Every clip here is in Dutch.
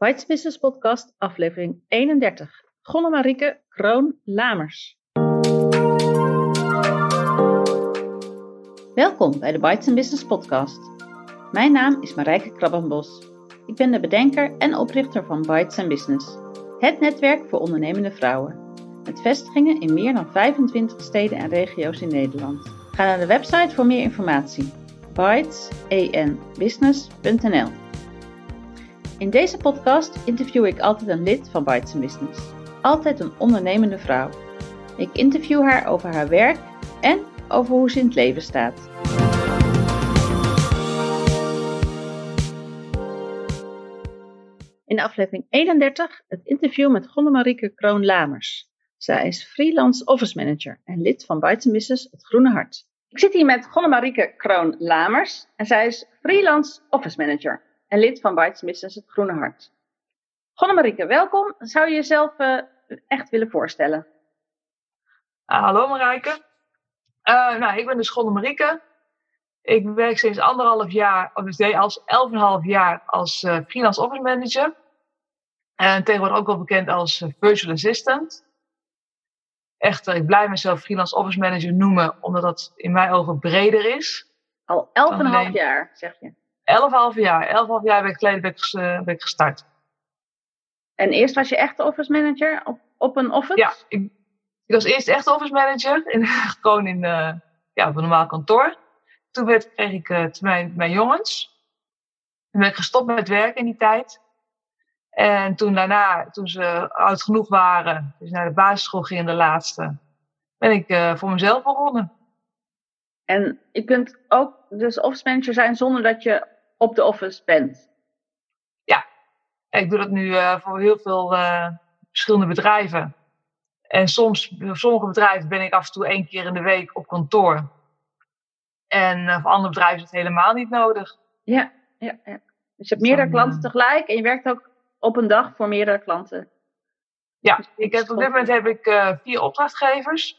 Bites Business Podcast, aflevering 31. Gonne Marieke Kroon-Lamers. Welkom bij de Bites Business Podcast. Mijn naam is Marijke Krabbenbos. Ik ben de bedenker en oprichter van Bites Business. Het netwerk voor ondernemende vrouwen. Met vestigingen in meer dan 25 steden en regio's in Nederland. Ga naar de website voor meer informatie. bitesen-business.nl. In deze podcast interview ik altijd een lid van Bites Business. Altijd een ondernemende vrouw. Ik interview haar over haar werk en over hoe ze in het leven staat. In aflevering 31 het interview met Gonne Marieke Kroon-Lamers. Zij is freelance office manager en lid van Bites Business Het Groene Hart. Ik zit hier met Gonne Marieke Kroon-Lamers en zij is freelance office manager en lid van Bites Business Het Groene Hart. Gonne Marieke, welkom. Zou je jezelf echt willen voorstellen? Hallo Marijke. Ik ben dus Gonne Marieke. Ik werk sinds 1,5 jaar, als 11,5 jaar als freelance office manager. En tegenwoordig ook wel bekend als virtual assistant. Echter, ik blijf mezelf freelance office manager noemen, omdat dat in mijn ogen breder is. Al 11,5 jaar, zeg je? 11,5 jaar. 11,5 jaar geleden ben ik gestart. En eerst was je echt office manager op een office? Ja, ik was eerst echt office manager. Gewoon op een normaal kantoor. Toen kreeg ik mijn jongens. Toen ben ik gestopt met werken in die tijd. En toen daarna, toen ze oud genoeg waren, dus naar de basisschool gingen, de laatste, ben ik voor mezelf begonnen. En je kunt ook dus office manager zijn zonder dat je op de office bent? Ja, ik doe dat nu voor heel veel verschillende bedrijven. En voor sommige bedrijven ben ik af en toe 1 keer in de week op kantoor. En voor andere bedrijven is het helemaal niet nodig. Ja. Dus je hebt meerdere klanten tegelijk en je werkt ook op een dag voor meerdere klanten. Ja, op dit moment heb ik 4 opdrachtgevers.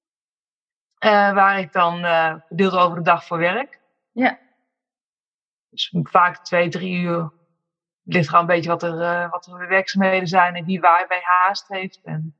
Waar ik dan verdeeld over de dag voor werk. Ja. Dus vaak 2-3 uur. Het ligt gewoon een beetje wat er werkzaamheden zijn en wie waar bij haast heeft. En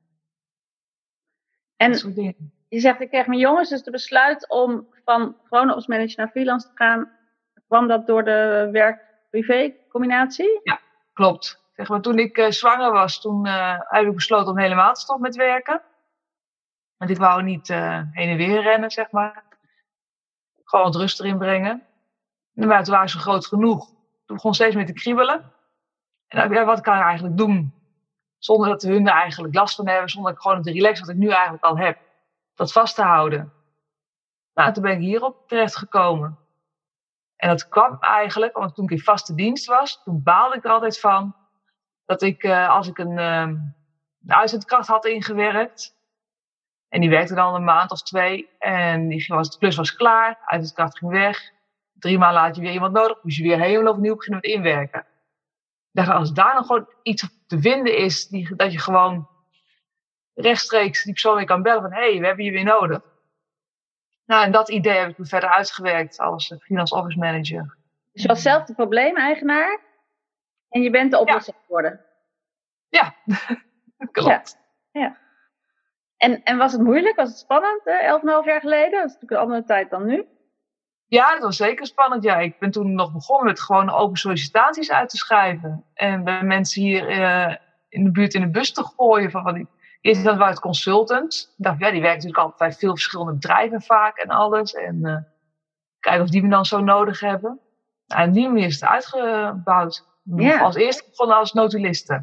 dat soort dingen. Je zegt, ik kreeg mijn jongens, dus de besluit om van gewone office manager naar freelance te gaan, kwam dat door de werk-privé combinatie? Ja, klopt. Zeg maar, toen ik zwanger was, toen heb ik besloten om helemaal te stoppen met werken. Want ik wou niet heen en weer rennen, zeg maar. Gewoon wat rust erin brengen. Maar toen waren ze groot genoeg. Toen begon steeds meer te kriebelen. En dan dacht ik, wat kan ik eigenlijk doen? Zonder dat hun er eigenlijk last van hebben. Zonder dat ik gewoon de relax wat ik nu eigenlijk al heb. Dat vast te houden. Nou, toen ben ik hierop terecht gekomen. En dat kwam eigenlijk, want toen ik in vaste dienst was, toen baalde ik er altijd van. Dat ik, als ik een uitzendkracht had ingewerkt. En die werkte dan 1 maand of 2. En de klus was klaar. Uitzendkracht ging weg. 3 maanden later had je weer iemand nodig. Moest je weer helemaal opnieuw beginnen met inwerken. Ik dacht, als daar nog gewoon iets op te vinden is, dat je gewoon rechtstreeks die persoon weer kan bellen van, hey, we hebben je weer nodig. Nou, en dat idee heb ik me verder uitgewerkt als freelance office manager. Dus je was zelf de probleemeigenaar en je bent de oplossing geworden. Ja, klopt. Ja. En was het moeilijk? Was het spannend, 11,5 jaar geleden? Dat is natuurlijk een andere tijd dan nu. Ja, dat was zeker spannend. Ja, ik ben toen nog begonnen met gewoon open sollicitaties uit te schrijven. En bij mensen hier in de buurt in de bus te gooien. Eerst dat waren het consultants. Ik dacht, ja, die werken natuurlijk altijd bij veel verschillende bedrijven vaak en alles. En kijken of die me dan zo nodig hebben. Nou, en die manier is het uitgebouwd. Ja. Als eerste begonnen als notuliste.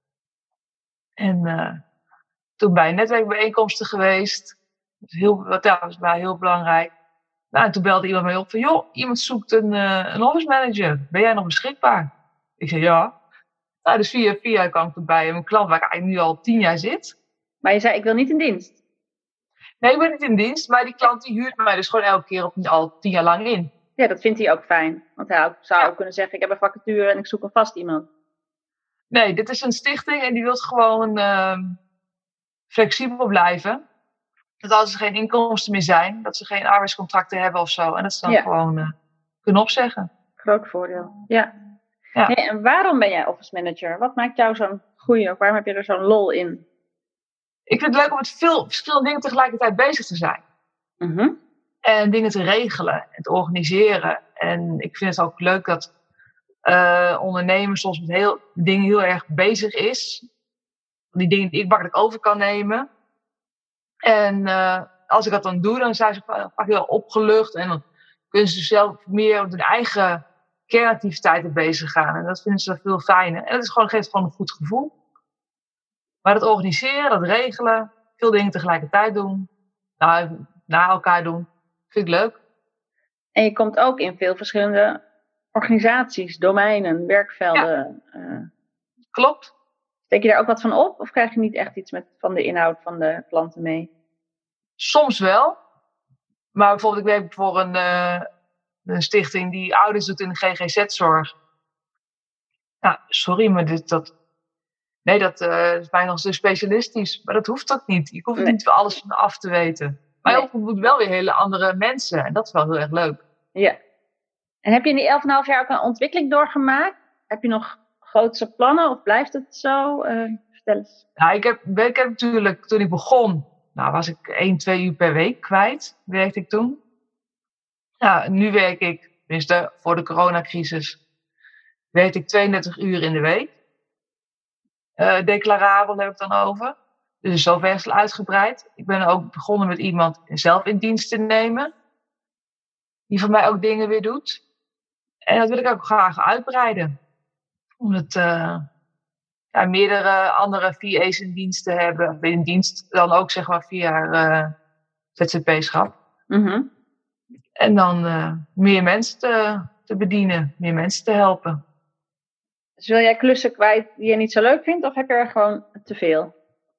En toen bij netwerkbijeenkomsten geweest. Dat was bij heel belangrijk. Nou, en toen belde iemand mij op van, joh, iemand zoekt een office manager. Ben jij nog beschikbaar? Ik zei, ja. Nou, dus via kwam ik bij mijn klant, waar ik eigenlijk nu al 10 jaar zit. Maar je zei, ik wil niet in dienst. Nee, ik ben niet in dienst, maar die klant die huurt mij dus gewoon elke keer al 10 jaar lang in. Ja, dat vindt hij ook fijn. Want hij zou ook kunnen zeggen, ik heb een vacature en ik zoek een vast iemand. Nee, dit is een stichting en die wil gewoon flexibel blijven. Dat als er geen inkomsten meer zijn, dat ze geen arbeidscontracten hebben of zo. En dat ze dan gewoon kunnen opzeggen. Groot voordeel, ja. Ja. Hey, en waarom ben jij office manager? Wat maakt jou zo'n goeie, of waarom heb je er zo'n lol in? Ik vind het leuk om met veel verschillende dingen tegelijkertijd bezig te zijn. Mm-hmm. En dingen te regelen en te organiseren. En ik vind het ook leuk dat ondernemers soms met dingen heel erg bezig is. Die dingen die ik makkelijk over kan nemen. En als ik dat dan doe, dan zijn ze vaak heel opgelucht. En dan kunnen ze zelf meer op hun eigen kernactiviteiten bezig gaan. En dat vinden ze veel fijner. En dat geeft gewoon een goed gevoel. Maar dat organiseren, dat regelen, veel dingen tegelijkertijd doen. Na elkaar doen, vind ik leuk. En je komt ook in veel verschillende organisaties, domeinen, werkvelden. Ja. Klopt. Steek je daar ook wat van op? Of krijg je niet echt iets van de inhoud van de klanten mee? Soms wel. Maar bijvoorbeeld, ik werk voor een stichting die ouders doet in de GGZ-zorg. Nou, sorry, maar dat is bijna nog te specialistisch. Maar dat hoeft ook niet. Je hoeft niet alles van af te weten. Maar je ontmoet wel weer hele andere mensen. En dat is wel heel erg leuk. Ja. En heb je in die 11,5 jaar ook een ontwikkeling doorgemaakt? Heb je nog grootse plannen of blijft het zo? Vertel eens. Nou, ik heb natuurlijk, toen ik begon, was ik 1-2 uur per week kwijt. Werkte ik toen. Nou, nu werk ik, tenminste voor de coronacrisis, werkte ik 32 uur in de week. Declarabel heb ik dan over. Dus zover is het uitgebreid. Ik ben ook begonnen met iemand zelf in dienst te nemen. Die voor mij ook dingen weer doet. En dat wil ik ook graag uitbreiden. Omdat meerdere andere VA's in dienst te hebben. Of in dienst dan ook zeg maar via ZZP-schap. Mm-hmm. En dan meer mensen te bedienen. Meer mensen te helpen. Dus wil jij klussen kwijt die je niet zo leuk vindt? Of heb je er gewoon te veel?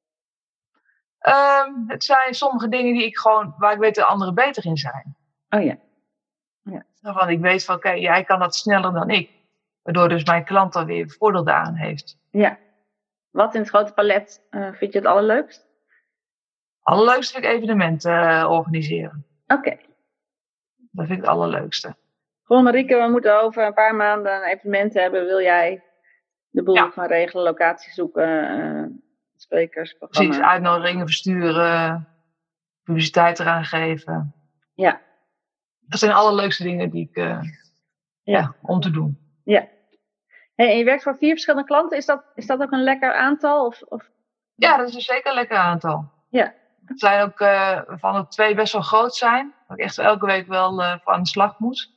Het zijn sommige dingen waar ik weet dat anderen beter in zijn. Oh ja. Waarvan ik weet van, oké, jij kan dat sneller dan ik. Waardoor dus mijn klant dan weer voordeel daaraan heeft. Ja. Wat in het grote palet vind je het allerleukst? Allerleukste vind ik evenementen organiseren. Oké. Dat vind ik het allerleukste. Goh, Marieke, we moeten over een paar maanden een evenement hebben. Wil jij de boel gaan regelen, locatie zoeken, sprekers, programma? Precies, uitnodigingen versturen, publiciteit eraan geven. Ja. Dat zijn de allerleukste dingen die ik om te doen. Ja. Hey, en je werkt voor 4 verschillende klanten. Is dat ook een lekker aantal? Of? Ja, dat is zeker een lekker aantal. Ja. Het zijn ook waarvan er 2 best wel groot zijn. Dat ik echt elke week wel voor aan de slag moet.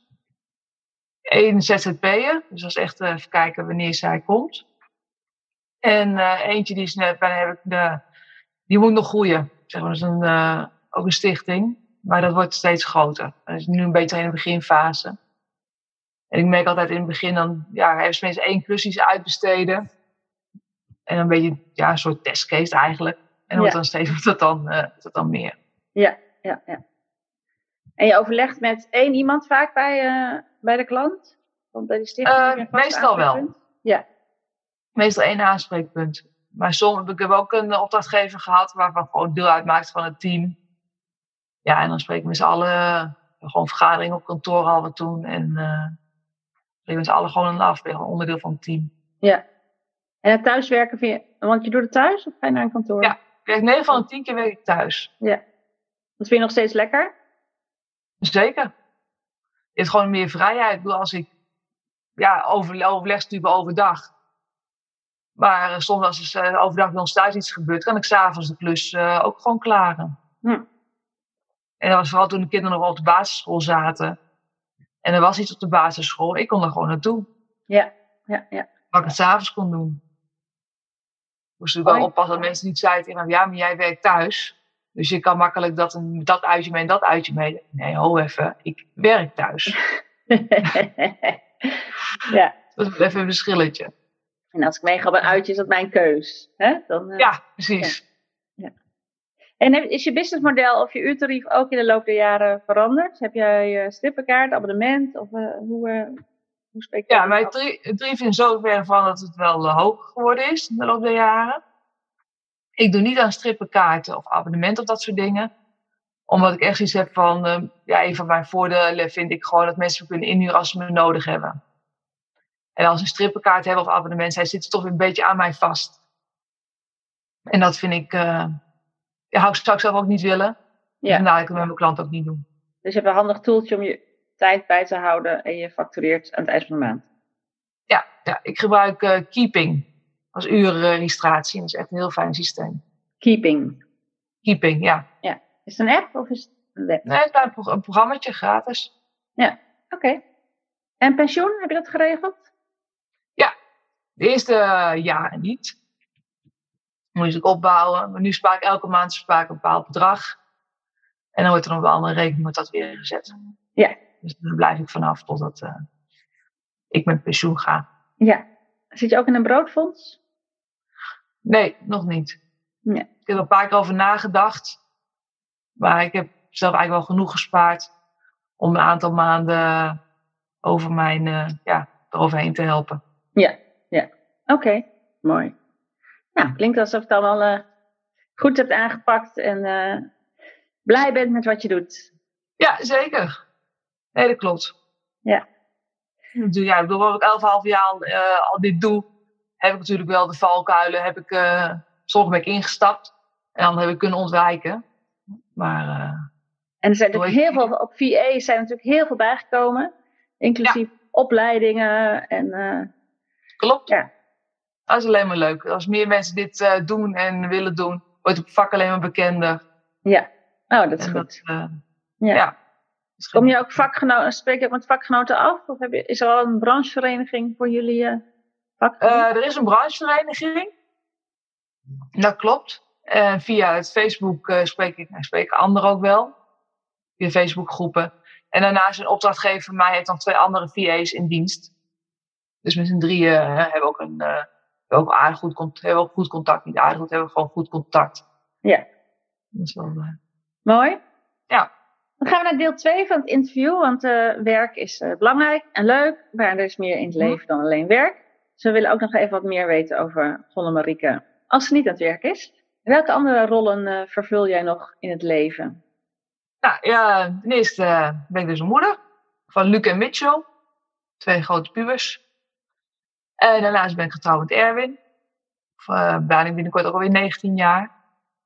1 ZZP'er. Dus dat is echt even kijken wanneer zij komt. En eentje die is net, die moet nog groeien. Zeg maar, dat is ook een stichting. Maar dat wordt steeds groter. Dat is nu een beetje in de beginfase. En ik merk altijd in het begin dan, hebben ze mensen 1 klus die ze uitbesteden. En een beetje, een soort testcase eigenlijk. En wordt dan steeds wordt het dan meer. Ja. En je overlegt met 1 iemand vaak bij de klant? Want bij die stichting meestal wel. Ja. Meestal 1 aanspreekpunt. Maar soms heb ik ook een opdrachtgever gehad waarvan gewoon deel uitmaakt van het team. Ja, en dan spreken we met z'n allen gewoon vergaderingen op kantoor al wat doen. En spreken we met z'n allen gewoon een onderdeel van het team. Ja. En het thuiswerken want je doet het thuis of ga je naar een kantoor? Ja, ik werk 9 van de 10 keer werk ik thuis. Ja. Dat vind je nog steeds lekker? Zeker. Je hebt gewoon meer vrijheid. Ik bedoel, als ik overleg sturen overdag. Maar soms als er overdag bij ons thuis iets gebeurt, kan ik 's avonds de klus ook gewoon klaren. En dat was vooral toen de kinderen nog op de basisschool zaten. En er was iets op de basisschool. Ik kon er gewoon naartoe. Ja. Wat ik het 's avonds kon doen. Ik moest natuurlijk wel oppassen dat mensen niet zeiden tegen mij, maar jij werkt thuis. Dus je kan makkelijk dat uitje mee en dat uitje mee. Nee, ho even. Ik werk thuis. Ja. Dat is even een verschilletje. En als ik meega op een uitje, is dat mijn keus. Hè? Ja, precies. Ja. En is je businessmodel of je uurtarief ook in de loop der jaren veranderd? Heb jij strippenkaart, abonnement? Of hoe spreek je dat? Ja, mijn tarief in zoverre van dat het wel hoger geworden is in de loop der jaren. Ik doe niet aan strippenkaarten of abonnement of dat soort dingen. Omdat ik echt iets heb van, een van mijn voordelen vind ik gewoon dat mensen me kunnen inhuren als ze me nodig hebben. En als ze een strippenkaart hebben of abonnement, zij zitten toch weer een beetje aan mij vast. En dat vind ik, zou ik zelf ook niet willen. Dus vandaar dat ik het met mijn klant ook niet doe. Dus je hebt een handig toeltje om je tijd bij te houden en je factureert aan het eind van de maand. Ja, ik gebruik Keeping als uurregistratie. Dat is echt een heel fijn systeem. Keeping, ja. Is het een app of is het een web? Nee, het is een programmaatje, gratis. Ja, oké. En pensioen, heb je dat geregeld? Ja, de eerste jaren niet. Moest ik opbouwen. Maar nu spaar ik elke maand een bepaald bedrag. En dan wordt er op een andere rekening wordt dat weer gezet. Ja. Dus daar blijf ik vanaf totdat ik met pensioen ga. Ja. Zit je ook in een broodfonds? Nee, nog niet. Ja. Ik heb er een paar keer over nagedacht. Maar ik heb zelf eigenlijk wel genoeg gespaard om een aantal maanden over eroverheen te helpen. Ja. Oké, mooi. Nou, klinkt alsof je het allemaal goed hebt aangepakt en blij bent met wat je doet. Ja, zeker. Nee, dat klopt. Ja. Doordat ik 11,5 jaar al dit doe, heb ik natuurlijk wel de valkuilen, soms ben ik ingestapt en dan heb ik kunnen ontwijken. Maar, en er zijn natuurlijk heel veel, op VA's zijn natuurlijk heel veel bijgekomen, inclusief opleidingen en... Klopt. Ja. Dat is alleen maar leuk. Als meer mensen dit doen en willen doen, wordt het vak alleen maar bekender. Ja, dat is goed. Kom je ook spreek je ook met vakgenoten af? Of is er al een branchevereniging voor jullie vakgenoten? Er is een branchevereniging. Dat klopt. Via het Facebook spreek anderen ook wel. Via Facebookgroepen. En daarnaast een opdrachtgever van mij heeft nog 2 andere VA's in dienst. Dus met z'n drieën hebben we ook aardig goed contact. Niet aardig goed, hebben we gewoon goed contact. Ja. Dat is wel... Mooi. Ja. Dan gaan we naar deel 2 van het interview. Want werk is belangrijk en leuk. Maar er is meer in het leven dan alleen werk. Dus we willen ook nog even wat meer weten over Gonne-Marieke als ze niet aan het werk is. Welke andere rollen vervul jij nog in het leven? Nou ja, ten eerste ben ik dus een moeder van Luc en Mitchell. 2 grote pubers. En daarnaast ben ik getrouwd met Erwin. Bijna binnenkort ook alweer 19 jaar.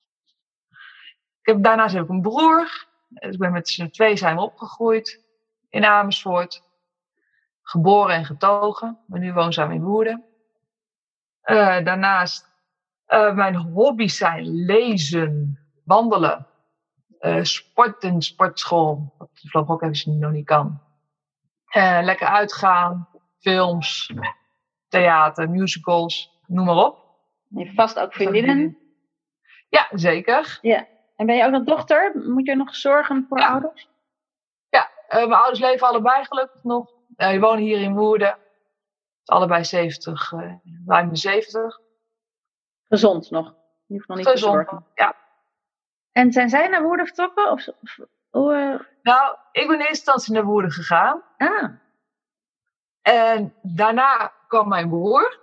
Daarnaast heb ik een broer. Dus ik ben met z'n 2 zijn we opgegroeid in Amersfoort. Geboren en getogen. Maar nu woonzaam in Woerden. Daarnaast mijn hobby's zijn lezen, wandelen, sporten, sportschool. Wat de vlog ook even nog niet kan. Lekker uitgaan, films, theater, musicals, noem maar op. Je hebt vast ook vriendinnen? Ja, zeker. Ja. En ben je ook nog dochter? Moet je nog zorgen voor ouders? Ja, mijn ouders leven allebei gelukkig nog. Die wonen hier in Woerden. Allebei 70, ruim de 70. Gezond nog? Je hoeft nog niet te zorgen. Ja. En zijn zij naar Woerden vertrokken? Nou, ik ben in eerste instantie naar Woerden gegaan. Ah. En daarna kwam mijn broer.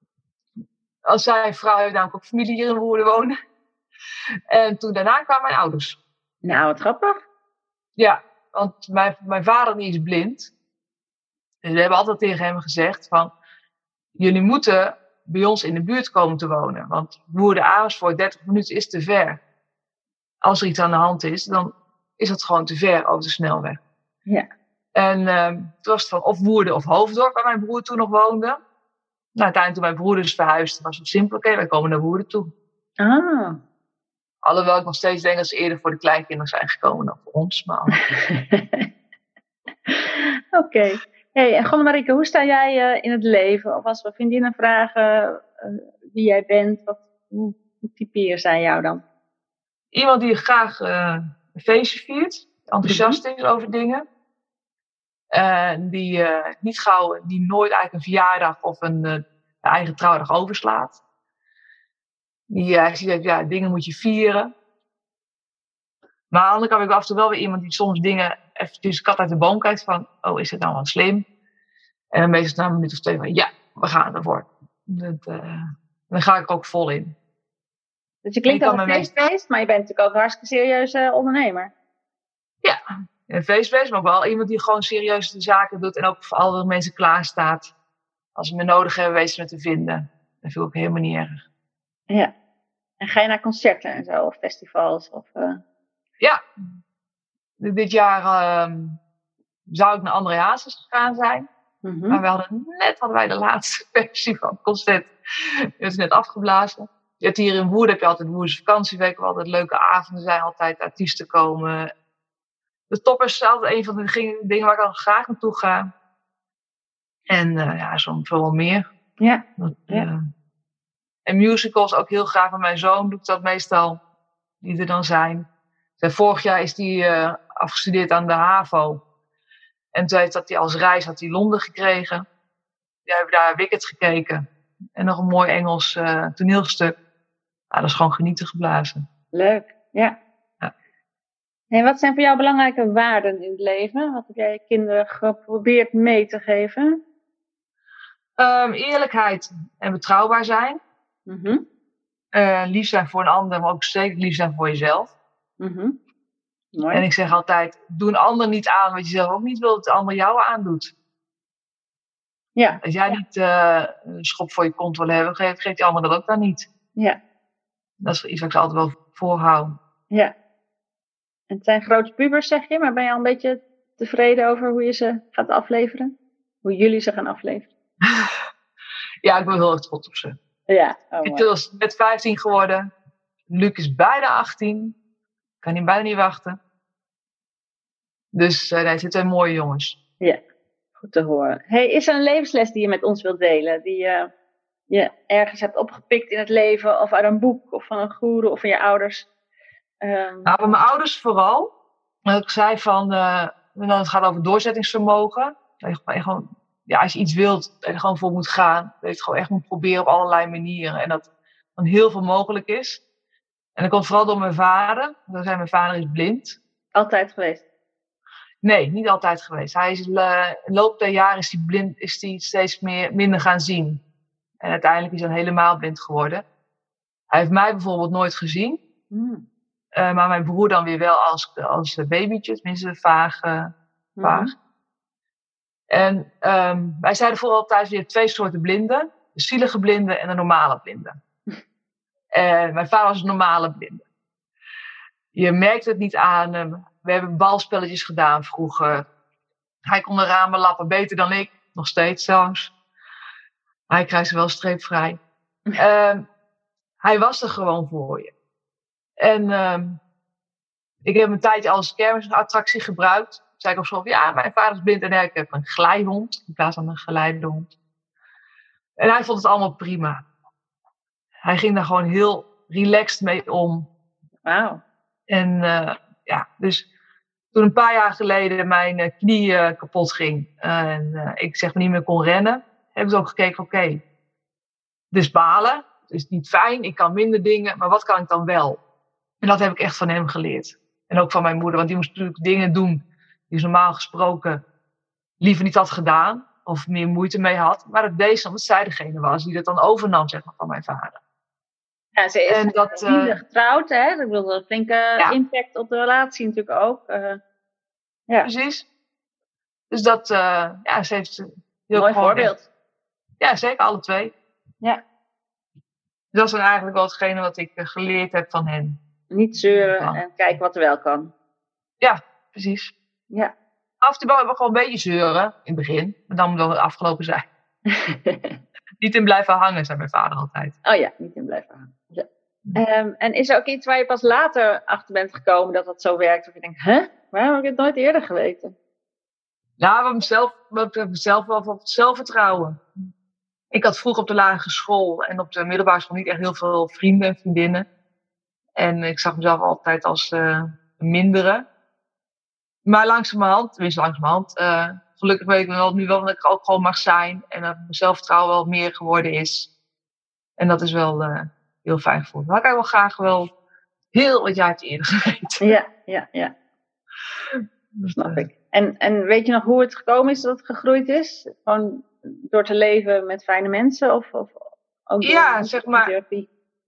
Als zijn vrouw heeft namelijk ook familie hier in Woerden wonen. En toen daarna kwamen mijn ouders. Nou, wat grappig. Ja, want mijn vader die is blind. Dus we hebben altijd tegen hem gezegd van... Jullie moeten bij ons in de buurt komen te wonen. Want Woerden-Amersfoort, 30 minuten is te ver. Als er iets aan de hand is, dan is dat gewoon te ver over de snelweg. Ja. En toen was het van of Woerden of Hoofddorp, waar mijn broer toen nog woonde. Nou, uiteindelijk toen mijn broer dus verhuisde, was het simpel. Oké, wij komen naar Woerden toe. Ah. Alhoewel ik nog steeds denk dat ze eerder voor de kleinkinderen zijn gekomen dan voor ons. Maar... Oké. Hey, en Gonne-Marieke, hoe sta jij in het leven? Of als we vriendinnen vragen wie jij bent, hoe typeer zij jou dan? Iemand die graag een feestje viert, enthousiast is over dingen. Die nooit eigenlijk een verjaardag of een eigen trouwdag overslaat. Die ziet dat dingen moet je vieren. Maar aan de andere kant heb ik af en toe wel weer iemand die soms dingen eventjes kat uit de boom kijkt van, oh, is het nou wel slim? En dan meestal na een minuut of 2 van, ja, we gaan ervoor. Dan ga ik er ook vol in. Dus je klinkt als een feestbeest, maar je bent natuurlijk ook een hartstikke serieuze ondernemer. Ja, een feestbeest, maar ook wel iemand die gewoon serieus de zaken doet en ook voor andere mensen klaarstaat. Als ze me nodig hebben, weten ze me te vinden. Dat vind ik ook helemaal niet erg. Ja. En ga je naar concerten en zo, of festivals? Ja. Dit jaar zou ik naar André Hazes gegaan zijn. Mm-hmm. Maar hadden wij de laatste versie van het concert. Die is net afgeblazen. Je hebt hier in Woerden heb je altijd Woerdense vakantieweek. Waar altijd leuke avonden zijn. Altijd artiesten komen. De Toppers is altijd een van de dingen waar ik al graag naartoe ga. En soms veel meer. Ja. En musicals ook heel graag. Met mijn zoon doe ik dat meestal. Die er dan zijn. Vorig jaar is die afgestudeerd aan de HAVO. En toen had hij als reis Londen gekregen. Die hebben daar Wicked gekeken. En nog een mooi Engels toneelstuk. Dat is gewoon genieten geblazen. Leuk, ja. En wat zijn voor jou belangrijke waarden in het leven? Wat heb jij je kinderen geprobeerd mee te geven? Eerlijkheid en betrouwbaar zijn. Mm-hmm. Lief zijn voor een ander, maar ook zeker lief zijn voor jezelf. Mm-hmm. Mooi. En ik zeg altijd, doe een ander niet aan wat je zelf ook niet wil dat de ander jou aandoet. Ja. Als jij niet een schop voor je kont wil hebben, geeft die ander dat ook dan niet. Ja. Dat is iets wat ik ze altijd wel voorhoud. Ja. En het zijn grote pubers, zeg je, maar ben je al een beetje tevreden over hoe je ze gaat afleveren? Hoe jullie ze gaan afleveren? Ja, ik ben heel erg trots op ze. Ja. Kittel is net 15 geworden. Luc is bijna 18. Kan hij bijna niet wachten. Dus het zijn 2 mooie jongens. Ja, goed te horen. Hey, is er een levensles die je met ons wilt delen? Die je ergens hebt opgepikt in het leven? Of uit een boek? Of van een goeroe? Of van je ouders? Nou, van mijn ouders vooral. Dat ik zei van... het gaat over doorzettingsvermogen. Dat je gewoon, als je iets wilt, dat je er gewoon voor moet gaan. Dat je het gewoon echt moet proberen op allerlei manieren. En dat dan heel veel mogelijk is. En dat komt vooral door mijn vader. Mijn vader is blind. Altijd geweest? Nee, niet altijd geweest. Hij is in de loop der jaren is hij steeds minder gaan zien. En uiteindelijk is hij dan helemaal blind geworden. Hij heeft mij bijvoorbeeld nooit gezien. Maar mijn broer dan weer wel als babytje. Tenminste, vaag. En wij zeiden vooral altijd, je hebt 2 soorten blinden. De zielige blinden en de normale blinden. Mijn vader was een normale blinde. Je merkt het niet aan hem. We hebben balspelletjes gedaan vroeger. Hij kon de ramen lappen beter dan ik. Nog steeds zelfs. Hij krijgt ze wel streepvrij. Hij was er gewoon voor je. En ik heb een tijdje als kermisattractie gebruikt. Toen zei ik op school, mijn vader is blind en ik heb een glijhond. In plaats van een geleidehond. En hij vond het allemaal prima. Hij ging daar gewoon heel relaxed mee om. Wauw. En dus toen een paar jaar geleden mijn knie kapot ging. En ik zeg maar niet meer kon rennen. Hebben ze ook gekeken, oké. Dus balen. Het is niet fijn. Ik kan minder dingen. Maar wat kan ik dan wel? En dat heb ik echt van hem geleerd. En ook van mijn moeder. Want die moest natuurlijk dingen doen. Die ze normaal gesproken liever niet had gedaan. Of meer moeite mee had. Maar dat deed ze omdat zij degene was die dat dan overnam, zeg maar, van mijn vader. Ja, ze is niet getrouwd, hè? Ik bedoel, een flinke impact op de relatie natuurlijk ook. Ja. Precies. Dus dat, ze heeft heel mooi voorbeeld. Ja, zeker, alle 2. Ja. Dus dat is dan eigenlijk wel hetgene wat ik geleerd heb van hen. Niet zeuren en kijken wat er wel kan. Ja, precies. Ja. Af en toe hebben we gewoon een beetje zeuren in het begin. Maar dan moet het wel afgelopen zijn. Niet in blijven hangen, zei mijn vader altijd. Oh ja, niet in blijven hangen. Ja. En is er ook iets waar je pas later achter bent gekomen dat zo werkt? Of je denkt, waarom heb ik het nooit eerder geweten? Nou, mezelf wel van zelfvertrouwen. Ik had vroeger op de lagere school en op de middelbare school niet echt heel veel vrienden en vriendinnen. En ik zag mezelf altijd als mindere. Maar langzamerhand, gelukkig weet ik nu wel dat ik ook gewoon mag zijn. En dat mijn zelfvertrouwen wel meer geworden is. En dat is wel heel fijn gevoeld. Maar ik had wel graag heel wat jaar eerder geweten. Ja. Dat snap ik. En weet je nog hoe het gekomen is dat het gegroeid is? Gewoon door te leven met fijne mensen? Of ook door zeg maar. Therapie?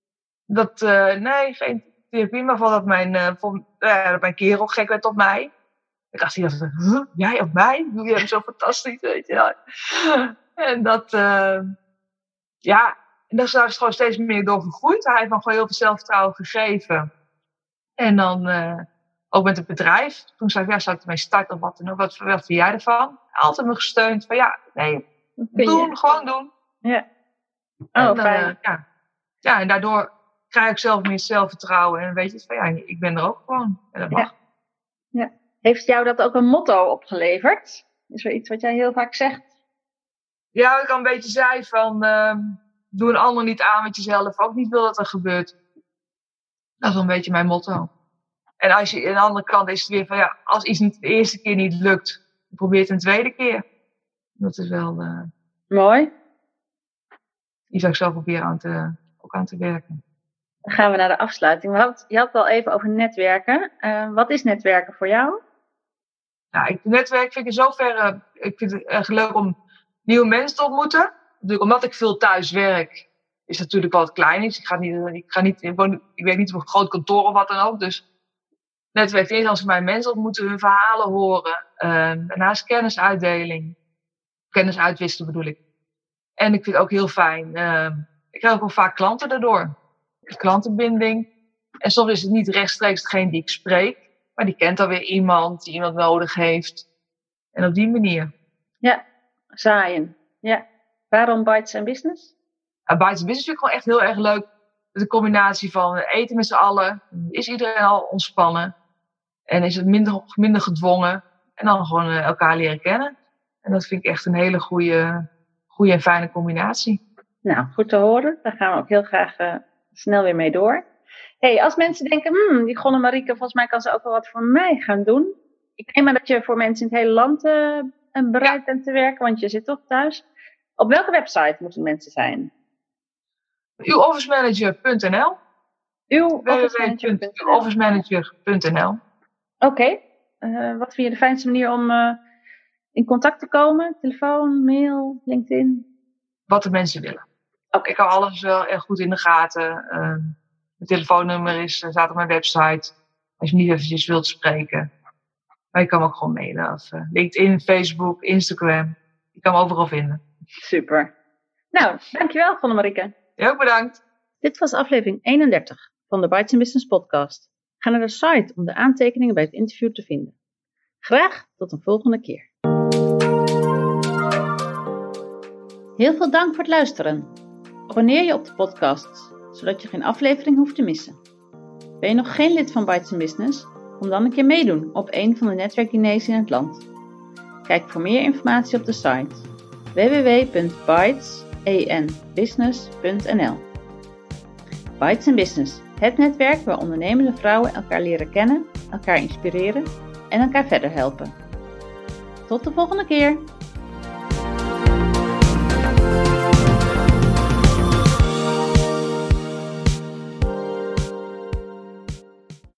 Nee, geen therapie, maar van dat mijn kerel gek werd op mij. Ik dacht, jij op mij? Jullie hebben zo fantastisch, weet je. En dat, en daar is hij gewoon steeds meer door gegroeid. Hij heeft me gewoon heel veel zelfvertrouwen gegeven. En dan ook met het bedrijf. Toen zei ik, zou ik ermee starten of wat dan ook. Wat vind jij ervan? Altijd me gesteund van gewoon doen. Ja. Oh, fijn. En daardoor krijg ik zelf meer zelfvertrouwen. En weet je van ik ben er ook gewoon. En dat mag. Ja. Heeft jou dat ook een motto opgeleverd? Is er iets wat jij heel vaak zegt? Ja, wat ik al een beetje zei van... doe een ander niet aan wat je zelf ook niet wil dat er gebeurt. Dat is wel een beetje mijn motto. En als je aan de andere kant is het weer van als iets niet de eerste keer niet lukt, probeer het een tweede keer. Dat is wel mooi. Die zou ik zelf proberen aan te werken. Dan gaan we naar de afsluiting. Je had het al even over netwerken. Wat is netwerken voor jou? Netwerk vind ik in zoverre... Ik vind het echt leuk om nieuwe mensen te ontmoeten. Natuurlijk, omdat ik veel thuis werk, is het natuurlijk wat klein is. Ik weet niet of een groot kantoor of wat dan ook. Dus netwerk is als mijn mensen ontmoeten, hun verhalen horen. Daarnaast kennisuitdeling. Kennisuitwisselen bedoel ik. En ik vind het ook heel fijn. Ik krijg ook wel vaak klanten daardoor. Klantenbinding. En soms is het niet rechtstreeks degene die ik spreek. Maar die kent dan weer iemand die iemand nodig heeft. En op die manier. Ja, zaaien. Ja. Waarom Bites & Business? Bites & Business vind ik gewoon echt heel erg leuk. De combinatie van eten met z'n allen. Is iedereen al ontspannen. En is het minder gedwongen. En dan gewoon elkaar leren kennen. En dat vind ik echt een hele goede en fijne combinatie. Nou, goed te horen. Daar gaan we ook heel graag snel weer mee door. Als mensen denken, die Gonne-Marieke, volgens mij kan ze ook wel wat voor mij gaan doen. Ik neem aan dat je voor mensen in het hele land bereid bent te werken, want je zit toch thuis. Op welke website moeten mensen zijn? Uwofficemanager.nl Uwofficemanager.nl Oké. Wat vind je de fijnste manier om in contact te komen? Telefoon, mail, LinkedIn? Wat de mensen willen. Okay. Ik hou alles wel erg goed in de gaten. Mijn telefoonnummer staat op mijn website. Als je niet eventjes wilt spreken. Maar je kan me ook gewoon mailen. Of LinkedIn, Facebook, Instagram. Je kan me overal vinden. Super. Nou, dankjewel Gonne-Marieke. Jij ook bedankt. Dit was aflevering 31 van de Bites & Business podcast. Ga naar de site om de aantekeningen bij het interview te vinden. Graag tot een volgende keer. Heel veel dank voor het luisteren. Abonneer je op de podcast, zodat je geen aflevering hoeft te missen. Ben je nog geen lid van Bites & Business? Kom dan een keer meedoen op een van de netwerkdiners in het land. Kijk voor meer informatie op de site www.bites.business.nl. Bites & Business, het netwerk waar ondernemende vrouwen elkaar leren kennen, elkaar inspireren en elkaar verder helpen. Tot de volgende keer!